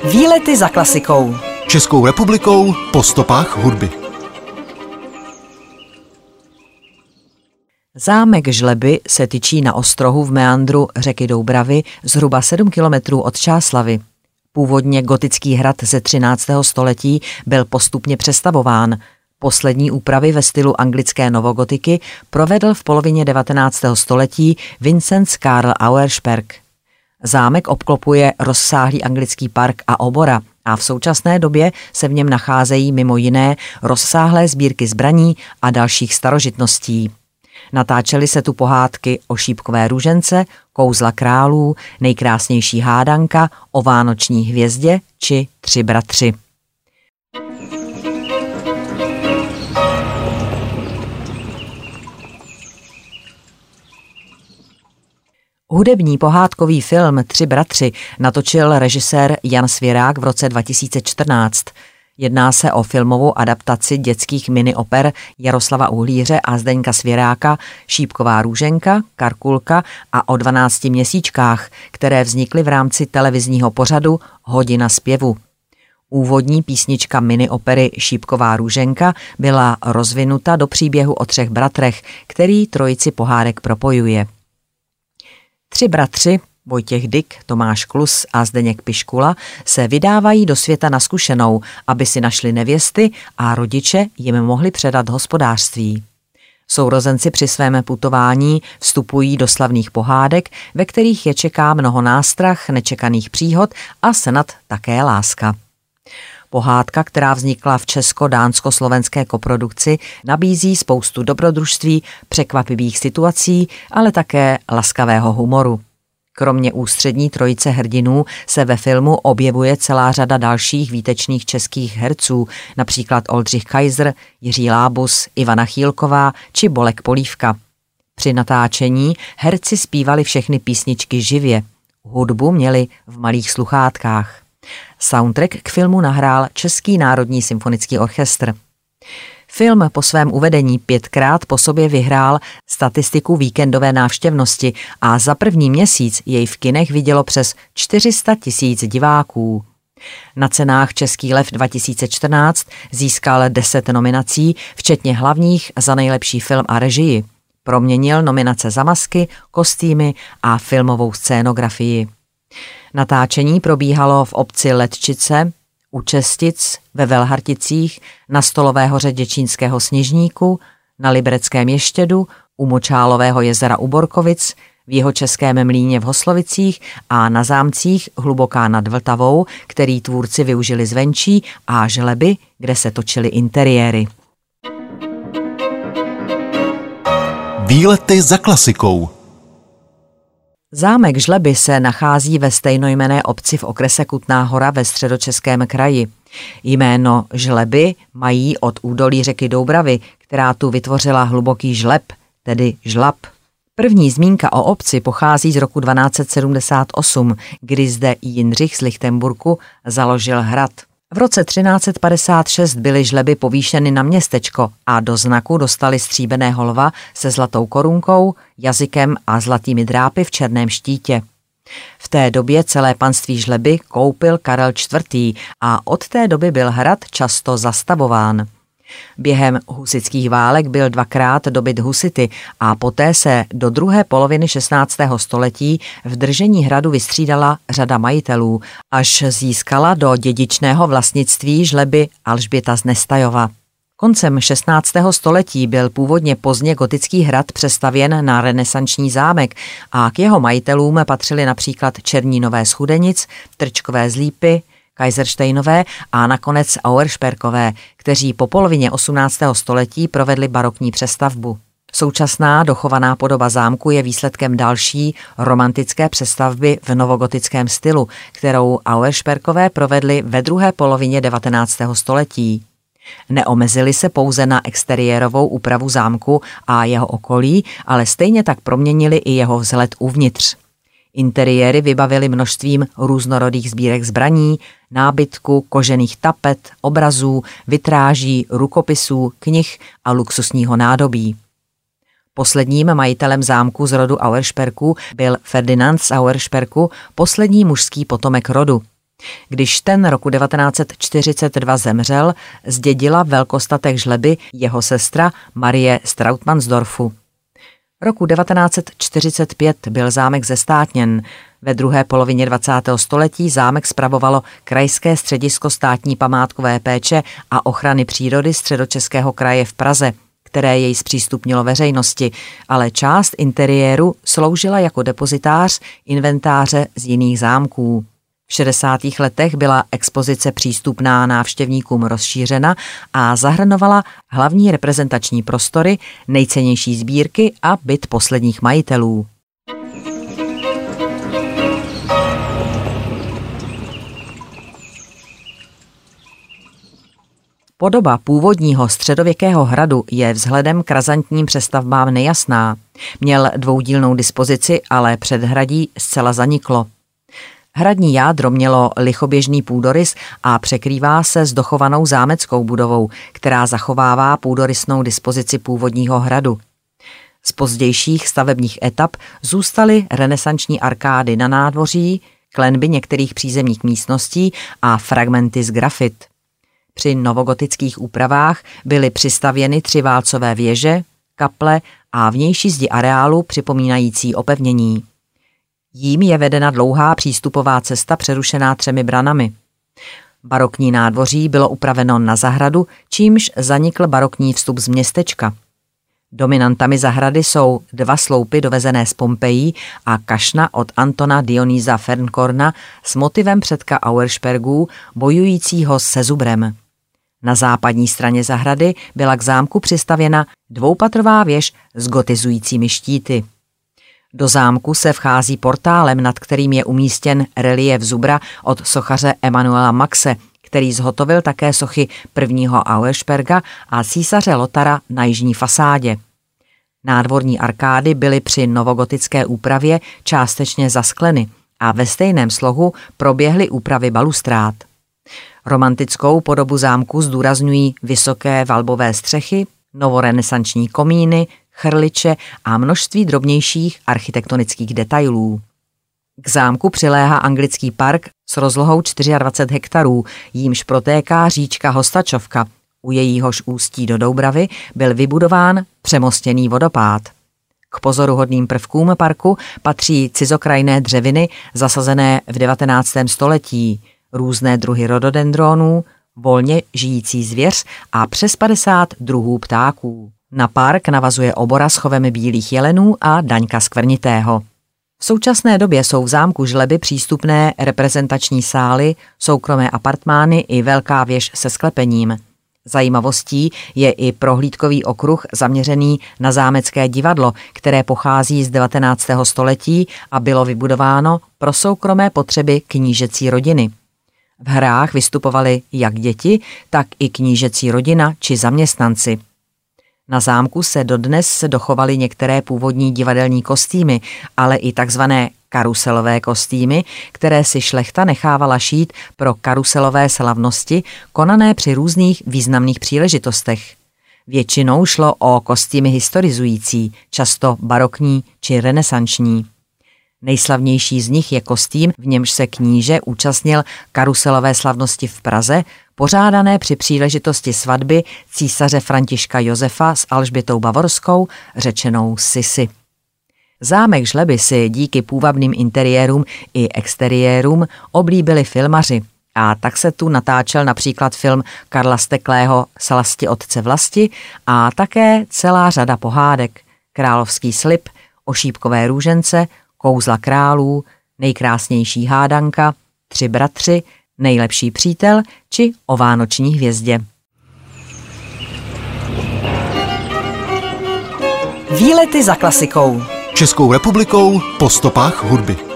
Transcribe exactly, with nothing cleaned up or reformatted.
Výlety za klasikou. Českou republikou po stopách hudby. Zámek Žleby se tyčí na ostrohu v meandru řeky Doubravy zhruba sedm kilometrů od Čáslavi. Původně gotický hrad ze třináctého století byl postupně přestavován. Poslední úpravy ve stylu anglické novogotiky provedl v polovině devatenáctého století Vincenz Karl Auersperg. Zámek obklopuje rozsáhlý anglický park a obora a v současné době se v něm nacházejí mimo jiné rozsáhlé sbírky zbraní a dalších starožitností. Natáčely se tu pohádky o šípkové růžence, kouzla králů, nejkrásnější hádanka, o vánoční hvězdě či tři bratři. Hudební pohádkový film Tři bratři natočil režisér Jan Svěrák v roce dva tisíce čtrnáct. Jedná se o filmovou adaptaci dětských mini-oper Jaroslava Uhlíře a Zdeňka Svěráka Šípková růženka, Karkulka a o dvanácti měsíčkách, které vznikly v rámci televizního pořadu Hodina zpěvu. Úvodní písnička mini-opery Šípková růženka byla rozvinuta do příběhu o třech bratrech, který trojici pohádek propojuje. Tři bratři, Vojtěch Dyk, Tomáš Klus a Zdeněk Piškula, se vydávají do světa na zkušenou, aby si našli nevěsty a rodiče jim mohli předat hospodářství. Sourozenci při svém putování vstupují do slavných pohádek, ve kterých je čeká mnoho nástrah, nečekaných příhod a snad také láska. Pohádka, která vznikla v česko-dánsko-slovenské koprodukci, nabízí spoustu dobrodružství, překvapivých situací, ale také laskavého humoru. Kromě ústřední trojice hrdinů se ve filmu objevuje celá řada dalších výtečných českých herců, například Oldřich Kaiser, Jiří Lábus, Ivana Chýlková či Bolek Polívka. Při natáčení herci zpívali všechny písničky živě. Hudbu měli v malých sluchátkách. Soundtrack k filmu nahrál Český národní symfonický orchestr. Film po svém uvedení pětkrát po sobě vyhrál statistiku víkendové návštěvnosti a za první měsíc jej v kinech vidělo přes čtyři sta tisíc diváků. Na cenách Český lev dva tisíce čtrnáct získal deset nominací, včetně hlavních za nejlepší film a režii. Proměnil nominace za masky, kostýmy a filmovou scénografii. Natáčení probíhalo v obci Letčice, u Čestic, ve Velharticích, na Stolové hoře Děčínského Sněžníku, na Libereckém Ještědu, u Močálového jezera u Borkovic, v Jihočeském Mlýně v Hoslovicích a na zámcích Hluboká nad Vltavou, který tvůrci využili zvenčí, a Žleby, kde se točily interiéry. Výlety za klasikou. Zámek Žleby se nachází ve stejnojmenné obci v okrese Kutná Hora ve Středočeském kraji. Jméno Žleby mají od údolí řeky Doubravy, která tu vytvořila hluboký žleb, tedy žlab. První zmínka o obci pochází z roku dvanáct set sedmdesát osm, kdy zde Jindřich z Lichtenburku založil hrad. V roce třináct set padesát šest byly Žleby povýšeny na městečko a do znaku dostali stříbeného lva se zlatou korunkou, jazykem a zlatými drápy v černém štítě. V té době celé panství Žleby koupil Karel čtvrtý. a od té doby byl hrad často zastavován. Během husitských válek byl dvakrát dobyt husity a poté se do druhé poloviny šestnáctého století v držení hradu vystřídala řada majitelů, až získala do dědičného vlastnictví Žleby Alžběta z Nestajova. Koncem šestnáctého století byl původně pozdně gotický hrad přestavěn na renesanční zámek a k jeho majitelům patřily například Černínové z Chudenic, Trčkové z Lípy, Kaiserštejnové a nakonec Auersperkové, kteří po polovině osmnáctého století provedli barokní přestavbu. Současná dochovaná podoba zámku je výsledkem další romantické přestavby v novogotickém stylu, kterou Auersperkové provedli ve druhé polovině devatenáctého století. Neomezili se pouze na exteriérovou úpravu zámku a jeho okolí, ale stejně tak proměnili i jeho vzhled uvnitř. Interiéry vybavili množstvím různorodých sbírek zbraní, nábytku, kožených tapet, obrazů, vitráží, rukopisů, knih a luxusního nádobí. Posledním majitelem zámku z rodu Auersperků byl Ferdinand z Auersperku, poslední mužský potomek rodu. Když ten roku devatenáct set čtyřicet dva zemřel, zdědila velkostatek Žleby jeho sestra Marie z Trautmannsdorfu. Roku devatenáct set čtyřicet pět byl zámek zestátněn. Ve druhé polovině dvacátého století zámek spravovalo Krajské středisko státní památkové péče a ochrany přírody Středočeského kraje v Praze, které jej zpřístupnilo veřejnosti, ale část interiéru sloužila jako depozitář inventáře z jiných zámků. V šedesátých letech byla expozice přístupná návštěvníkům rozšířena a zahrnovala hlavní reprezentační prostory, nejcennější sbírky a byt posledních majitelů. Podoba původního středověkého hradu je vzhledem k razantním přestavbám nejasná. Měl dvoudílnou dispozici, ale předhradí zcela zaniklo. Hradní jádro mělo lichoběžný půdorys a překrývá se s dochovanou zámeckou budovou, která zachovává půdorysnou dispozici původního hradu. Z pozdějších stavebních etap zůstaly renesanční arkády na nádvoří, klenby některých přízemních místností a fragmenty z grafit. Při novogotických úpravách byly přistavěny tři válcové věže, kaple a vnější zdi areálu připomínající opevnění. Jím je vedena dlouhá přístupová cesta přerušená třemi branami. Barokní nádvoří bylo upraveno na zahradu, čímž zanikl barokní vstup z městečka. Dominantami zahrady jsou dva sloupy dovezené z Pompejí a kašna od Antona Dionýza Fernkorna s motivem předka Auerspergů bojujícího se zubrem. Na západní straně zahrady byla k zámku přistavěna dvoupatrová věž s gotizujícími štíty. Do zámku se vchází portálem, nad kterým je umístěn reliéf zubra od sochaře Emanuela Maxe, který zhotovil také sochy prvního Auersperga a císaře Lotara na jižní fasádě. Nádvorní arkády byly při novogotické úpravě částečně zaskleny a ve stejném slohu proběhly úpravy balustrád. Romantickou podobu zámku zdůrazňují vysoké valbové střechy, novorenesanční komíny, chrliče a množství drobnějších architektonických detailů. K zámku přiléhá anglický park s rozlohou dvacet čtyři hektarů, jímž protéká říčka Hostačovka. U jejíhož ústí do Doubravy byl vybudován přemostěný vodopád. K pozoruhodným prvkům parku patří cizokrajné dřeviny zasazené v devatenáctém století, různé druhy rododendronů, volně žijící zvěř a přes padesát druhů ptáků. Na park navazuje obora s chovem bílých jelenů a daňka skvrnitého. V současné době jsou v zámku Žleby přístupné reprezentační sály, soukromé apartmány i velká věž se sklepením. Zajímavostí je i prohlídkový okruh zaměřený na zámecké divadlo, které pochází z devatenáctého století a bylo vybudováno pro soukromé potřeby knížecí rodiny. V hrách vystupovali jak děti, tak i knížecí rodina či zaměstnanci. Na zámku se dodnes dochovaly některé původní divadelní kostýmy, ale i takzvané karuselové kostýmy, které si šlechta nechávala šít pro karuselové slavnosti konané při různých významných příležitostech. Většinou šlo o kostýmy historizující, často barokní či renesanční. Nejslavnější z nich je kostým, v němž se kníže účastnil karuselové slavnosti v Praze, pořádané při příležitosti svatby císaře Františka Josefa s Alžbětou Bavorskou, řečenou Sisi. Zámek Žleby si díky půvabným interiérům i exteriérům oblíbili filmaři a tak se tu natáčel například film Karla Steklého Slasti otce vlasti a také celá řada pohádek, Královský slib, Ošípkové růžence, Kouzla králů, Nejkrásnější hádanka, Tři bratři, Nejlepší přítel či O vánoční hvězdě. Výlety za klasikou. Českou republikou po stopách hudby.